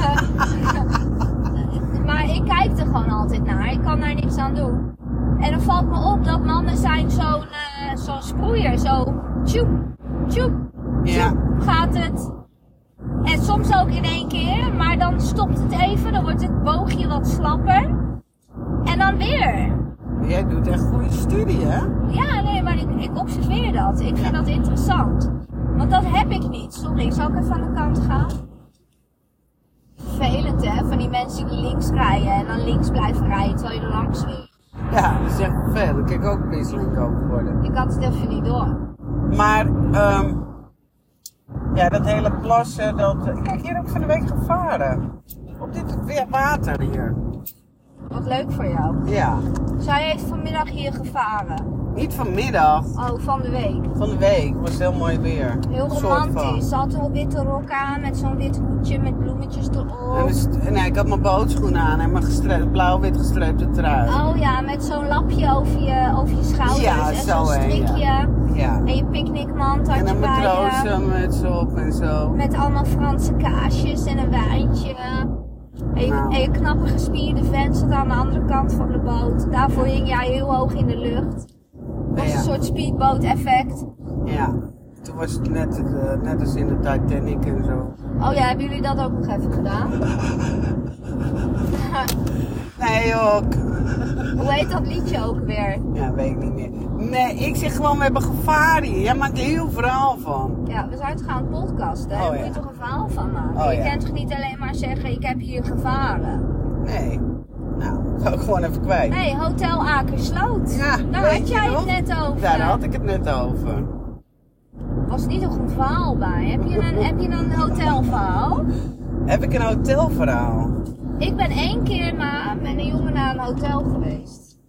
S1: Maar ik kijk er gewoon altijd naar. Ik kan daar niks aan doen. En dan valt me op dat mannen zijn zo'n uh, zo'n sproeier. Zo tjoep, tjoep,
S2: Ja.
S1: tjoep gaat het. En soms ook in één keer. Maar dan stopt het even. Dan wordt het boogje wat slapper. En dan weer.
S2: Jij doet echt goede studie, hè?
S1: Ja, nee, maar ik, ik observeer dat. Ik vind dat interessant. Want dat heb ik niet. Sorry, zal ik even aan de kant gaan? Vervelend, hè? Van die mensen die links rijden en dan links blijven rijden terwijl je er langs wil.
S2: Ja, dat is echt vervelend. Ik kan ook misselijk over worden.
S1: Ik had het even niet door.
S2: Maar, ehm ja, dat hele plassen, dat... Ik heb hier ook van de week gevaren. Op dit weer water hier.
S1: Wat leuk voor jou.
S2: Ja.
S1: Zij heeft vanmiddag hier gevaren.
S2: Niet vanmiddag,
S1: Oh, van de week.
S2: van de week. Was het heel mooi weer.
S1: Heel
S2: Een soort
S1: romantisch.
S2: van.
S1: Ze had een witte rok aan met zo'n wit hoedje met bloemetjes erop.
S2: En dus, nee, ik had mijn bootschoenen aan en mijn gestreep, blauw-wit gestreepte trui.
S1: Oh ja, met zo'n lapje over je, over je schouders
S2: Ja,
S1: en
S2: zo,
S1: zo'n
S2: hè,
S1: strikje.
S2: ja. Ja.
S1: En je picknickmand had
S2: En
S1: je
S2: een
S1: bij je.
S2: matrozenmuts op en zo.
S1: Met allemaal Franse kaasjes en een wijntje. En je,
S2: Nou.
S1: en je knappe gespierde vent zat aan de andere kant van de boot. Daarvoor hing jij heel hoog in de lucht. Het was
S2: Ja.
S1: een soort speedboot effect.
S2: Ja. Toen was het net, uh, net als in de Titanic en zo.
S1: Oh ja, hebben jullie dat ook nog even gedaan?
S2: Nee joh.
S1: Hoe heet dat liedje ook weer?
S2: Ja, weet ik niet meer. Nee, ik zeg gewoon, we hebben gevaren hier. Jij maakt er heel verhaal van.
S1: Ja, we zijn toch aan het podcasten, daar
S2: Oh,
S1: moet
S2: ja.
S1: je toch een verhaal van maken?
S2: Oh,
S1: je
S2: ja.
S1: kent toch niet alleen maar zeggen, ik heb hier gevaren?
S2: Nee. Nou, dat zou ik gewoon even kwijt.
S1: Nee, Hotel Akersloot.
S2: Ja,
S1: Daar
S2: weet
S1: had
S2: je
S1: jij
S2: nog?
S1: het net over.
S2: Daar had ik het net over.
S1: Was niet een goed verhaal bij. Heb je een, heb je een hotelverhaal?
S2: Heb ik een hotelverhaal?
S1: Ik ben één keer na, met een jongen naar een hotel geweest.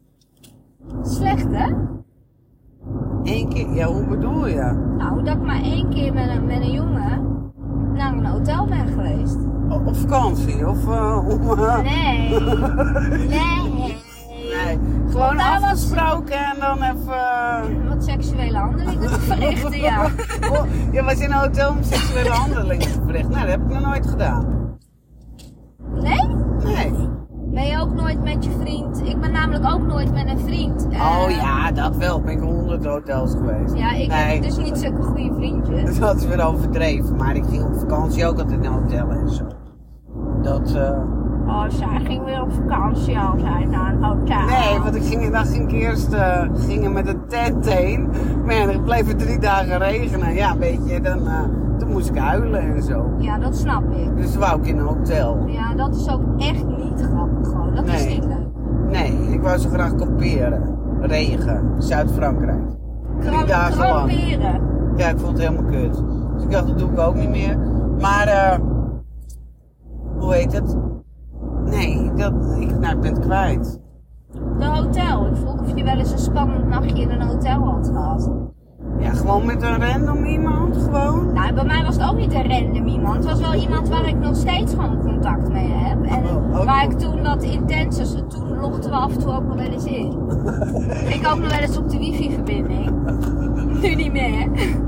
S1: Slecht, hè?
S2: Eén keer? Ja, hoe bedoel je?
S1: Nou, dat ik maar één keer met een, met een jongen naar een hotel ben geweest.
S2: O- Op vakantie? Of uh, om... Uh...
S1: Nee. Nee.
S2: Nee. Gewoon
S1: Daar was-
S2: afgesproken en dan even... Uh...
S1: Wat seksuele handelingen te verrichten, ja.
S2: Oh, je was in een hotel om seksuele handelingen te verrichten. Nou, dat heb ik nog nooit gedaan.
S1: Nee?
S2: Nee.
S1: Ben je ook nooit met je vriend? Ik ben namelijk ook nooit met een vriend. Eh,
S2: Oh ja, dat wel. Ben ik in honderd hotels geweest.
S1: Ja, ik
S2: Nee.
S1: heb dus niet zulke goede vriendjes.
S2: Dat is weer overdreven. Maar ik ging op vakantie ook altijd in een hotel en zo. Dat... Uh...
S1: Oh, zij ging weer op vakantie altijd naar een hotel.
S2: Nee, want ik ging, dan ging ik eerst uh, gingen met een tent heen. Maar ja, dan bleef het drie dagen regenen. Ja, weet je, dan, uh, toen moest ik huilen en zo.
S1: Ja, dat snap ik.
S2: Dus toen wou ik in een hotel.
S1: Ja, dat is ook echt niet grappig gewoon. Dat is
S2: Nee.
S1: niet leuk.
S2: Nee, ik wou zo graag kamperen. Regen, Zuid-Frankrijk. Drie
S1: Kram-
S2: dagen lang.
S1: Kramperen.
S2: Ja, ik vond het helemaal kut. Dus ik dacht, dat doe ik ook niet meer. Maar, eh, hoe heet het? Nee, dat, ik, nou, ik ben het kwijt.
S1: De hotel. Ik vroeg of je wel eens een spannend nachtje in een hotel had gehad.
S2: Ja, gewoon met een random iemand, gewoon.
S1: Nou, bij mij was het ook niet een random iemand. Het was wel iemand waar ik nog steeds gewoon contact mee heb. En
S2: Oh, ook
S1: waar
S2: nog.
S1: ik toen wat intens was. Toen logden we af en toe ook nog wel eens in. Ging ik ook nog wel eens op de wifi-verbinding. Nu niet meer.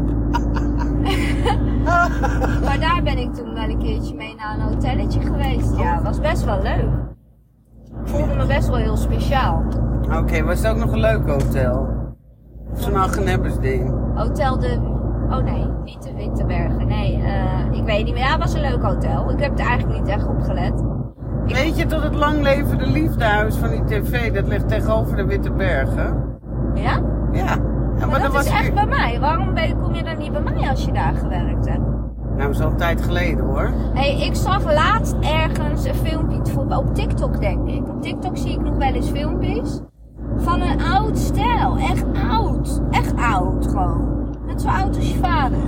S1: Maar daar ben ik toen wel een keertje mee naar een hotelletje geweest. Ja, was best wel leuk. Ik voelde me best wel heel speciaal.
S2: Oké, was het ook nog een leuk hotel? Of zo'n Agnebbers-ding?
S1: Hotel de... Oh nee, niet de Winterbergen. Nee, eh, ik weet niet meer. Ja, het was een leuk hotel. Ik heb er eigenlijk niet echt op gelet. Ik-
S2: Weet je tot het lang levende liefdehuis van die tv, dat ligt tegenover de Witte Bergen?
S1: Ja?
S2: Ja. Ja,
S1: Maar dat
S2: was
S1: is echt
S2: ik-
S1: bij mij. Waarom ben, kom je dan niet bij mij als je daar gewerkt hebt?
S2: Nou, dat is al een tijd geleden hoor.
S1: Hé, hey, ik zag laatst ergens een filmpje voor, op TikTok, denk ik. Op TikTok zie ik nog wel eens filmpjes van een oud stel. Echt oud. Echt oud gewoon. Net zo oud als je vader.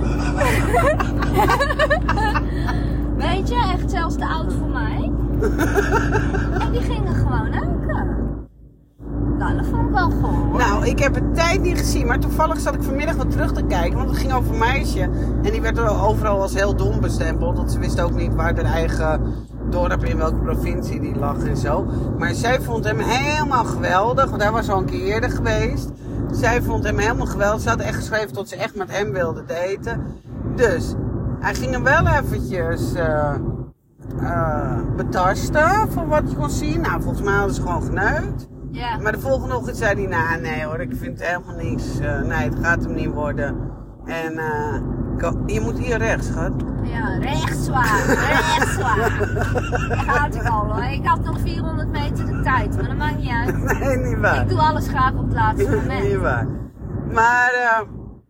S1: Weet je, echt zelfs te oud voor mij. En die gingen gewoon neuken. Nou, dat vond ik wel goed.
S2: Nou, ik heb het tijd niet gezien, maar toevallig zat ik vanmiddag wat terug te kijken, want het ging over een meisje. En die werd er overal als heel dom bestempeld, want ze wist ook niet waar haar eigen dorp, in welke provincie die lag en zo. Maar zij vond hem helemaal geweldig, want hij was al een keer eerder geweest. Zij vond hem helemaal geweldig. Ze had echt geschreven tot ze echt met hem wilde daten. Dus, hij ging hem wel eventjes uh, uh, betasten, voor wat je kon zien. Nou, volgens mij hadden ze gewoon geneukt.
S1: Ja.
S2: Maar de volgende ochtend zei hij, nou nee hoor, ik vind het helemaal niks. Uh, nee, het gaat hem niet worden. En uh, je moet hier rechts, schat.
S1: Ja, rechtswaar, rechtswaar. Daar gaat ik al hoor. Ik had nog vierhonderd meter de tijd, maar dat maakt niet uit.
S2: Nee, niet waar.
S1: Ik doe alles graag op het laatste moment.
S2: Niet waar. Maar, uh,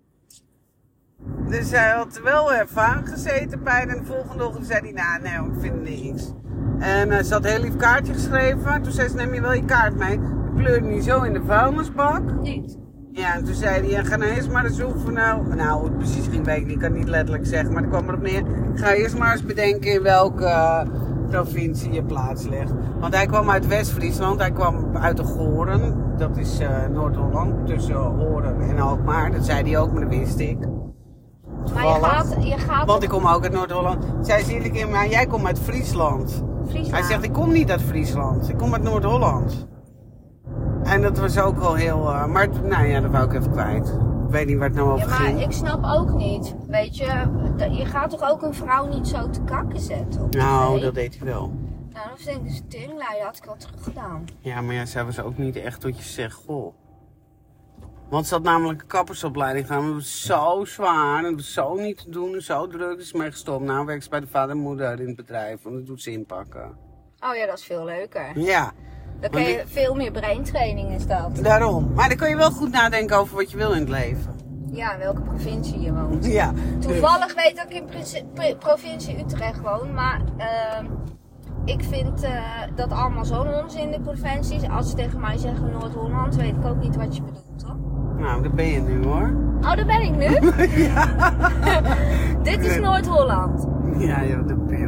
S2: dus hij had wel even aangezeten bij en de volgende ochtend zei hij, nou nee hoor, ik vind niks. En uh, ze had een heel lief kaartje geschreven. Toen zei ze, neem je wel je kaart mee? Ik pleurde niet zo in de vuilnisbak.
S1: Niet.
S2: Ja, en toen zei hij, ja, ga nou eerst maar eens oefenen. Nou, hoe het precies ging weet ik niet, ik kan het niet letterlijk zeggen, maar het kwam erop neer. Ga eerst maar eens bedenken in welke uh, provincie je plaats ligt. Want hij kwam uit West-Friesland, hij kwam uit de Goren. Dat is uh, Noord-Holland, tussen Horen en Alkmaar. Dat zei hij ook, maar dat wist ik.
S1: Maar je gaat, je gaat
S2: Want ik kom ook uit Noord-Holland. Zij zei iedere keer, maar jij komt uit Friesland.
S1: Friesland.
S2: Hij zegt, ik kom niet uit Friesland, ik kom uit Noord-Holland. En dat was ook wel heel... Uh, maar nou ja, dat wou ik even kwijt. Ik weet niet waar het nou over
S1: Ja, maar
S2: ging.
S1: ik snap ook niet. Weet je, de- je gaat toch ook een vrouw niet zo te kakken zetten op
S2: Nou,
S1: tv?
S2: dat deed hij wel.
S1: Nou, dan denk ik, teringlijn had ik al terug gedaan.
S2: Ja, maar ja, zij was ook niet echt tot je zegt, goh. Want ze had namelijk een kappersopleiding gedaan. Dat was zo zwaar en dat was zo niet te doen en zo druk. Dus is mee gestopt. Nou werkt ze bij de vader en moeder in het bedrijf. Want dat doet ze inpakken.
S1: Oh ja, dat is veel leuker.
S2: Ja,
S1: Dan kun
S2: Want
S1: je veel meer braintraining is dat.
S2: daarom. Maar dan kun je wel goed nadenken over wat je wil in het leven.
S1: Ja, in welke provincie je woont.
S2: Ja.
S1: Toevallig weet ik dat ik in prinsi- pri- provincie Utrecht woon, maar uh, ik vind uh, dat allemaal zo'n onzin, de provincies. Als ze tegen mij zeggen Noord-Holland, weet ik ook niet wat je bedoelt, hoor.
S2: Nou, daar ben je nu hoor.
S1: Oh, daar ben ik nu?
S2: Ja.
S1: Dit is Noord-Holland.
S2: Ja, joh, de pil.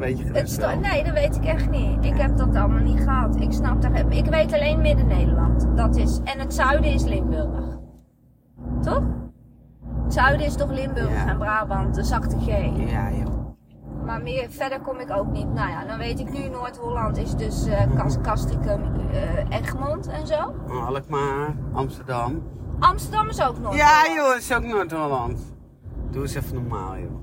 S2: weet je
S1: Het
S2: gerust
S1: sto-
S2: wel.
S1: nee, dat weet ik echt niet. Ik heb dat allemaal niet gehad. Ik snap daar. Ik weet alleen Midden-Nederland. Dat is. En het zuiden is Limburg. Toch? Het zuiden is toch Limburg
S2: Ja.
S1: en Brabant, de zachte G.
S2: Ja, joh.
S1: Maar meer verder kom ik ook niet. Nou ja, dan weet ik nu Noord-Holland is dus uh, Kas- Castricum, uh, Egmond en zo.
S2: Alkmaar, Amsterdam.
S1: Amsterdam is ook Noord-Holland.
S2: Ja joh, dat is ook Noord-Holland. Doe eens even normaal joh.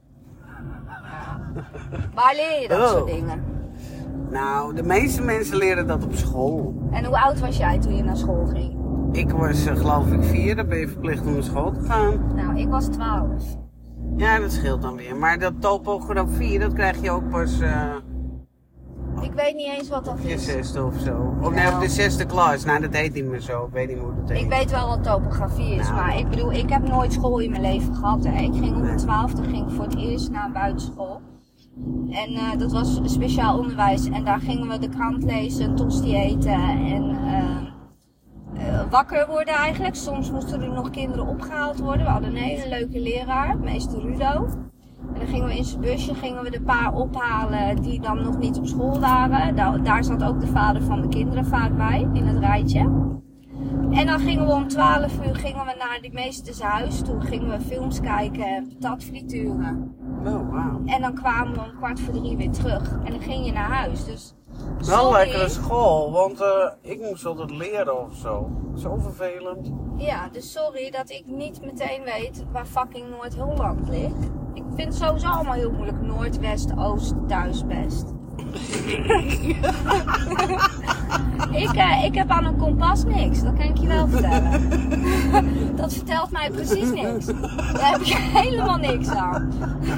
S1: Waar leer je dat
S2: Oh.
S1: soort dingen?
S2: Nou, de meeste mensen leren dat op school.
S1: En hoe oud was jij toen je naar school ging?
S2: Ik was uh, geloof ik vier, dan ben je verplicht om naar school te gaan.
S1: Nou, ik was twaalf.
S2: Ja, dat scheelt dan weer. Maar dat topografie, dat krijg je ook pas uh,
S1: Ik weet niet eens wat dat
S2: op je
S1: is.
S2: zesde of zo. Of nee, op de zesde klas. Nou, dat heet niet meer zo. Ik weet niet hoe dat heet.
S1: Ik weet wel wat topografie is,
S2: Nou.
S1: maar ik bedoel, ik heb nooit school in mijn leven gehad. Hè. Ik ging op mijn twaalfde ging ik voor het eerst naar een buitenschool. En uh, dat was speciaal onderwijs. En daar gingen we de krant lezen, een tosti eten en uh, uh, wakker worden eigenlijk. Soms moesten er nog kinderen opgehaald worden. We hadden een hele leuke leraar, meester Rudo. En dan gingen we in zijn busje gingen we de paar ophalen die dan nog niet op school waren. Daar, daar zat ook de vader van de kinderen vaak bij, in het rijtje. En dan gingen we om twaalf uur gingen we naar die meesters huis. Toen gingen we films kijken, patatfrituren.
S2: Oh, wauw.
S1: En dan kwamen we om kwart voor drie weer terug. En dan ging je naar huis. Dus
S2: Wel
S1: sorry.
S2: lekkere school, want uh, ik moest altijd leren of zo. Zo vervelend.
S1: Ja, dus sorry dat ik niet meteen weet waar fucking Noord-Holland ligt. Ik vind het sowieso allemaal heel moeilijk. Noord, West, Oost, thuis, best. ik, uh, ik heb aan een kompas niks, dat kan ik je wel vertellen. Dat vertelt mij precies niks. Daar heb je helemaal niks aan.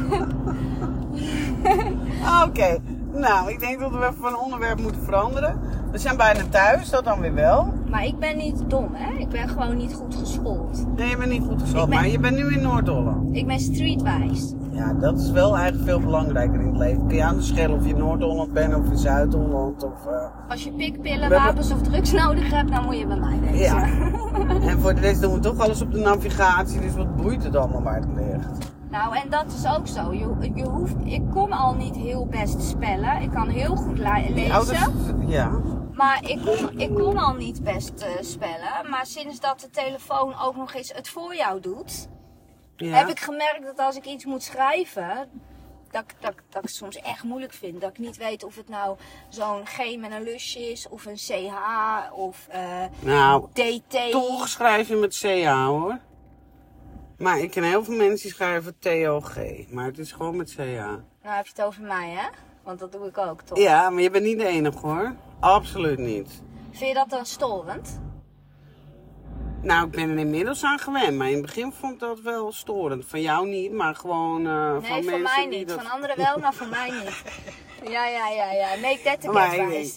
S2: Oké, nou, ik denk dat we even van onderwerp moeten veranderen. We zijn bijna thuis, dat dan weer wel.
S1: Maar ik ben niet dom, hè? Ik ben gewoon niet goed geschoold.
S2: Nee, je bent niet goed geschoold,
S1: Ik ben-
S2: maar je bent nu in Noord-Holland.
S1: Ik ben streetwise.
S2: Ja, dat is wel eigenlijk veel belangrijker in het leven. Kun je aan de schellen of je in Noord-Holland bent of in Zuid-Holland of... Uh...
S1: Als je pikpillen,
S2: We hebben-
S1: wapens of drugs nodig hebt, dan moet je bij mij wezen.
S2: Ja. En voor de rest doen we toch alles op de navigatie, dus wat boeit het allemaal waar het ligt.
S1: Nou, en dat is ook zo. Je, je hoeft, ik kon al niet heel best spellen. Ik kan heel goed le-
S2: Die
S1: lezen.
S2: ouders, ja.
S1: Maar ik kon, ik kon al niet best uh, spellen. Maar sinds dat de telefoon ook nog eens het voor jou doet,
S2: ja.
S1: heb ik gemerkt dat als ik iets moet schrijven, dat, ik- dat, ik- dat ik het soms echt moeilijk vind. Dat ik niet weet of het nou zo'n G met een lusje is, of een C H, of uh,
S2: Nou,
S1: D T.
S2: toch schrijf je met C H hoor. Maar ik ken heel veel mensen die schrijven T O G, maar het is gewoon met C H.
S1: Nou heb je het over mij, hè? Want dat doe ik ook, toch?
S2: Ja, maar je bent niet de enige hoor. Absoluut niet.
S1: Vind je dat dan storend?
S2: Nou, ik ben er inmiddels aan gewend, maar in het begin vond ik dat wel storend. Van jou niet, maar gewoon uh, van
S1: Nee,
S2: mensen
S1: van mij
S2: die
S1: niet.
S2: dat...
S1: Van anderen wel, maar van mij niet. Ja, ja, ja, ja. Make that the
S2: Maar
S1: cat
S2: ik
S1: wijs.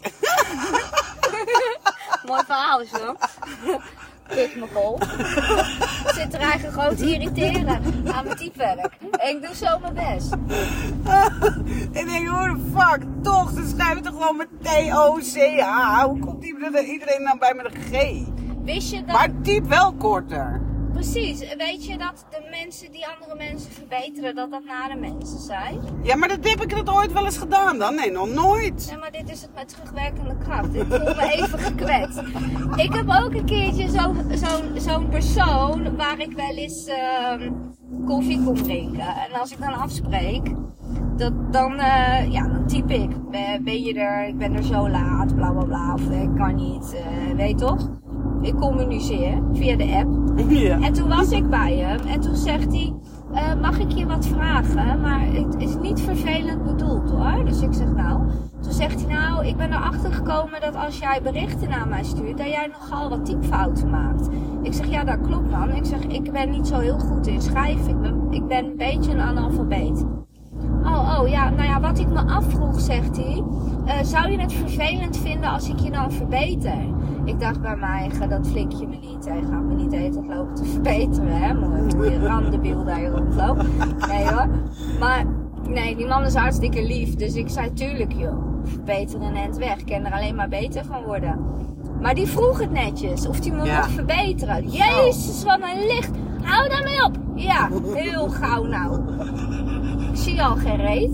S1: Mooi verhaal is hoor. Kut me kol. Ik zit er eigenlijk gewoon te irriteren aan mijn typewerk. En ik doe zo mijn best.
S2: Ik denk, hoe de fuck, toch? Ze schrijven toch gewoon met T O C H? Hoe komt die, iedereen nou bij met een G?
S1: Wist je dat...
S2: Maar typ wel korter.
S1: Precies. Weet je dat de mensen die andere mensen verbeteren, dat dat nare mensen zijn?
S2: Ja, maar dat heb ik dat ooit wel eens gedaan dan? Nee, nog nooit.
S1: Nee, maar dit is het met terugwerkende kracht. Ik voel me even gekwetst. Ik heb ook een keertje zo'n zo, zo'n persoon waar ik wel eens uh, koffie kom drinken. En als ik dan afspreek, dat, dan, uh, ja, dan typ ik. Ben, ben je er? Ik ben er zo laat, bla bla bla. Of ik kan niet, uh, weet toch? Ik communiceer via de app.
S2: Ja.
S1: En toen was ik bij hem en toen zegt hij, uh, mag ik je wat vragen? Maar het is niet vervelend bedoeld hoor. Dus ik zeg nou, toen zegt hij nou, ik ben erachter gekomen dat als jij berichten naar mij stuurt, dat jij nogal wat typfouten maakt. Ik zeg ja, dat klopt man. Ik zeg, ik ben niet zo heel goed in schrijven. Ik ben, ik ben een beetje een analfabeet. Oh, oh, ja, nou ja, wat ik me afvroeg, zegt hij, uh, zou je het vervelend vinden als ik je dan verbeter? Ik dacht bij mij, dat flik je me niet. Hij gaat me niet eten lopen te verbeteren, hè. Mooi randebiel daar rondloopt. Nee hoor. Maar, nee, die man is hartstikke lief. Dus ik zei, tuurlijk joh, verbeteren en het weg. Ik kan er alleen maar beter van worden. Maar die vroeg het netjes, of die me
S2: Ja.
S1: mocht verbeteren. Jezus, wat een licht. Hou daarmee op. Ja, heel gauw nou. Ik zie al geen reet.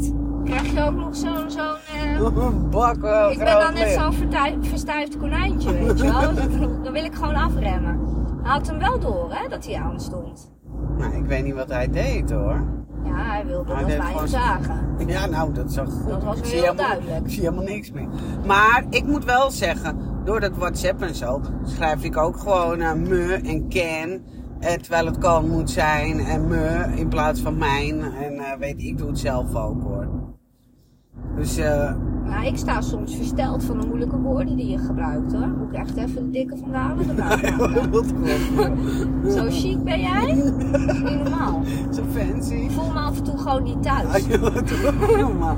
S1: krijg je ook nog zo'n... zo'n uh...
S2: Een bak uh,
S1: ik ben dan net zo'n vertuif- verstuifd konijntje, weet je wel. Dan wil ik gewoon afremmen. Hij had hem wel door, hè, dat hij aan stond.
S2: Nou, ik weet niet wat hij deed hoor.
S1: Ja, hij wilde
S2: Hij
S1: dat
S2: deed
S1: wij hem
S2: gewoon-
S1: zagen.
S2: Ja, nou, dat zag goed.
S1: Dat was
S2: Ik
S1: weer
S2: zie
S1: heel
S2: helemaal-
S1: duidelijk.
S2: Ik zie helemaal niks meer. Maar ik moet wel zeggen, door dat WhatsApp en zo, schrijf ik ook gewoon uh, me en ken. Eh, terwijl het kan moet zijn en me in plaats van mijn. En uh, weet ik, doe het zelf ook hoor. Dus eh...
S1: Nou, ik sta soms versteld van de moeilijke woorden die je gebruikt, hoor. Moet ik echt even de dikke van de halen erbij maken.
S2: wat goed.
S1: Zo chic ben jij? Dat is niet normaal.
S2: Zo fancy.
S1: Ik voel me af en toe gewoon niet
S2: Ah,
S1: thuis.
S2: joh, wat normaal.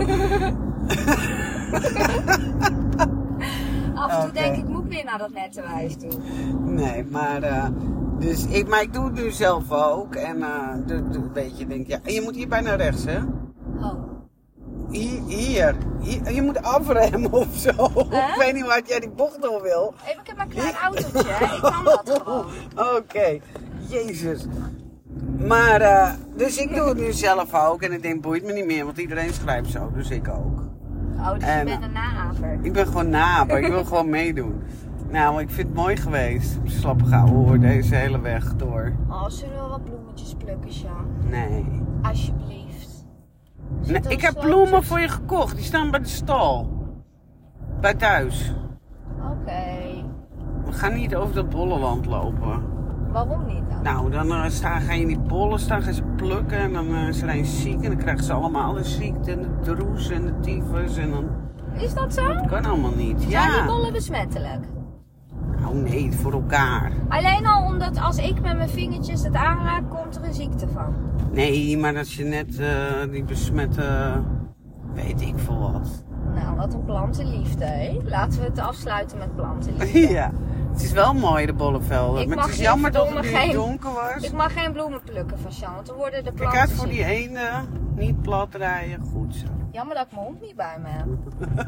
S1: Af en toe
S2: Oké.
S1: denk ik, ik moet weer naar dat nette wijs toe.
S2: Nee, maar, uh, dus ik, maar ik doe het nu zelf ook. En uh, de, de, weet je, denk ja, en je moet hier bijna rechts, hè?
S1: Oh.
S2: Hier, hier, hier, je moet afremmen of zo.
S1: Huh?
S2: Ik weet niet wat jij die bocht door wil.
S1: Even, ik heb maar een klein autootje, hè. Ik kan dat gewoon.
S2: Oké, okay. Jezus. Maar, uh, dus ik doe het nu zelf ook. En ik denk, boeit me niet meer, want iedereen schrijft zo. Dus ik ook.
S1: Oh, dus
S2: En,
S1: je bent een naaper.
S2: Ik ben gewoon naper, ik wil gewoon meedoen. Nou, ik vind het mooi geweest. Slappe gauw hoor, deze hele weg door.
S1: Oh, zullen we wat bloemetjes plukken, Sjan?
S2: Nee.
S1: Alsjeblieft.
S2: Nee,
S1: Zit er
S2: ik heb
S1: slootjes?
S2: bloemen voor je gekocht. Die staan bij de stal. Bij thuis.
S1: Oké.
S2: We gaan niet over dat bollenland lopen.
S1: Waarom niet dan?
S2: Nou, dan uh, staan, ga je in die bollen staan, gaan ze plukken. En dan uh, is er een ziek. En dan krijgen ze allemaal de ziekte. En de droes en de tyfus. En dan...
S1: Is dat zo?
S2: Dat kan allemaal niet.
S1: Zijn
S2: Ja.
S1: die bollen besmettelijk?
S2: Nou nee, voor elkaar.
S1: Alleen al omdat als ik met mijn vingertjes het aanraak, komt er een ziekte van.
S2: Nee, maar als je net uh, die besmette... weet ik veel wat.
S1: Nou, wat een plantenliefde, hè? Laten we het afsluiten met plantenliefde.
S2: Ja. Het is wel mooi, de bollenvelden.
S1: Ik
S2: Maar
S1: mag
S2: het is jammer dat het
S1: verdomme
S2: nu
S1: geen-
S2: donker was.
S1: Ik mag geen bloemen plukken van Sjan, want dan worden de
S2: Kijk
S1: planten
S2: uit voor
S1: ziek.
S2: die eenden. Niet plat rijden. Goed zo.
S1: Jammer dat ik mijn hond niet bij me heb.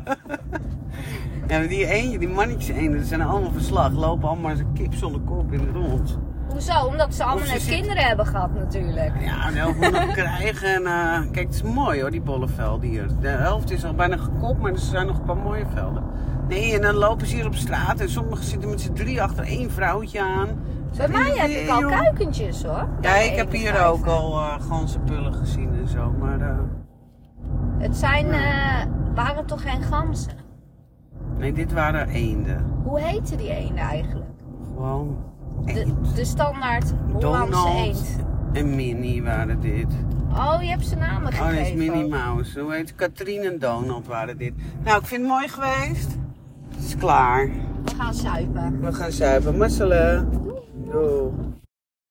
S2: Ja, maar die eenden, die mannetjes eenden, die zijn allemaal verslag. Lopen allemaal als een kip zonder kop in de rond.
S1: Hoezo? Omdat ze allemaal
S2: Of ze
S1: net
S2: zit-
S1: kinderen hebben gehad natuurlijk.
S2: Ja, de helft moet nog krijgen. En, uh, kijk, het is mooi hoor, die bollenvelden hier. De helft is al bijna gekopt, maar er zijn nog een paar mooie velden. Nee, en dan lopen ze hier op straat en sommigen zitten met z'n drie achter één vrouwtje aan.
S1: Bij mij heb ik al
S2: joh.
S1: kuikentjes hoor.
S2: Ja, ik heb hier
S1: eenenvijftig.
S2: ook al uh, ganzenpullen gezien en zo, maar uh,
S1: Het zijn, eh, waren toch geen ganzen?
S2: nee, dit waren eenden.
S1: Hoe heette die eenden eigenlijk?
S2: Gewoon
S1: De,
S2: eend.
S1: de standaard Hollandse
S2: Donald
S1: eend.
S2: en Minnie waren dit.
S1: Oh, je hebt ze namen
S2: Oh,
S1: gegeven.
S2: dit is Minnie
S1: ook.
S2: Mouse. Hoe heet het? Katrien en Donald waren dit. Nou, ik vind het mooi geweest. Het is klaar.
S1: We gaan zuipen.
S2: We gaan zuipen. Masselen. Doei.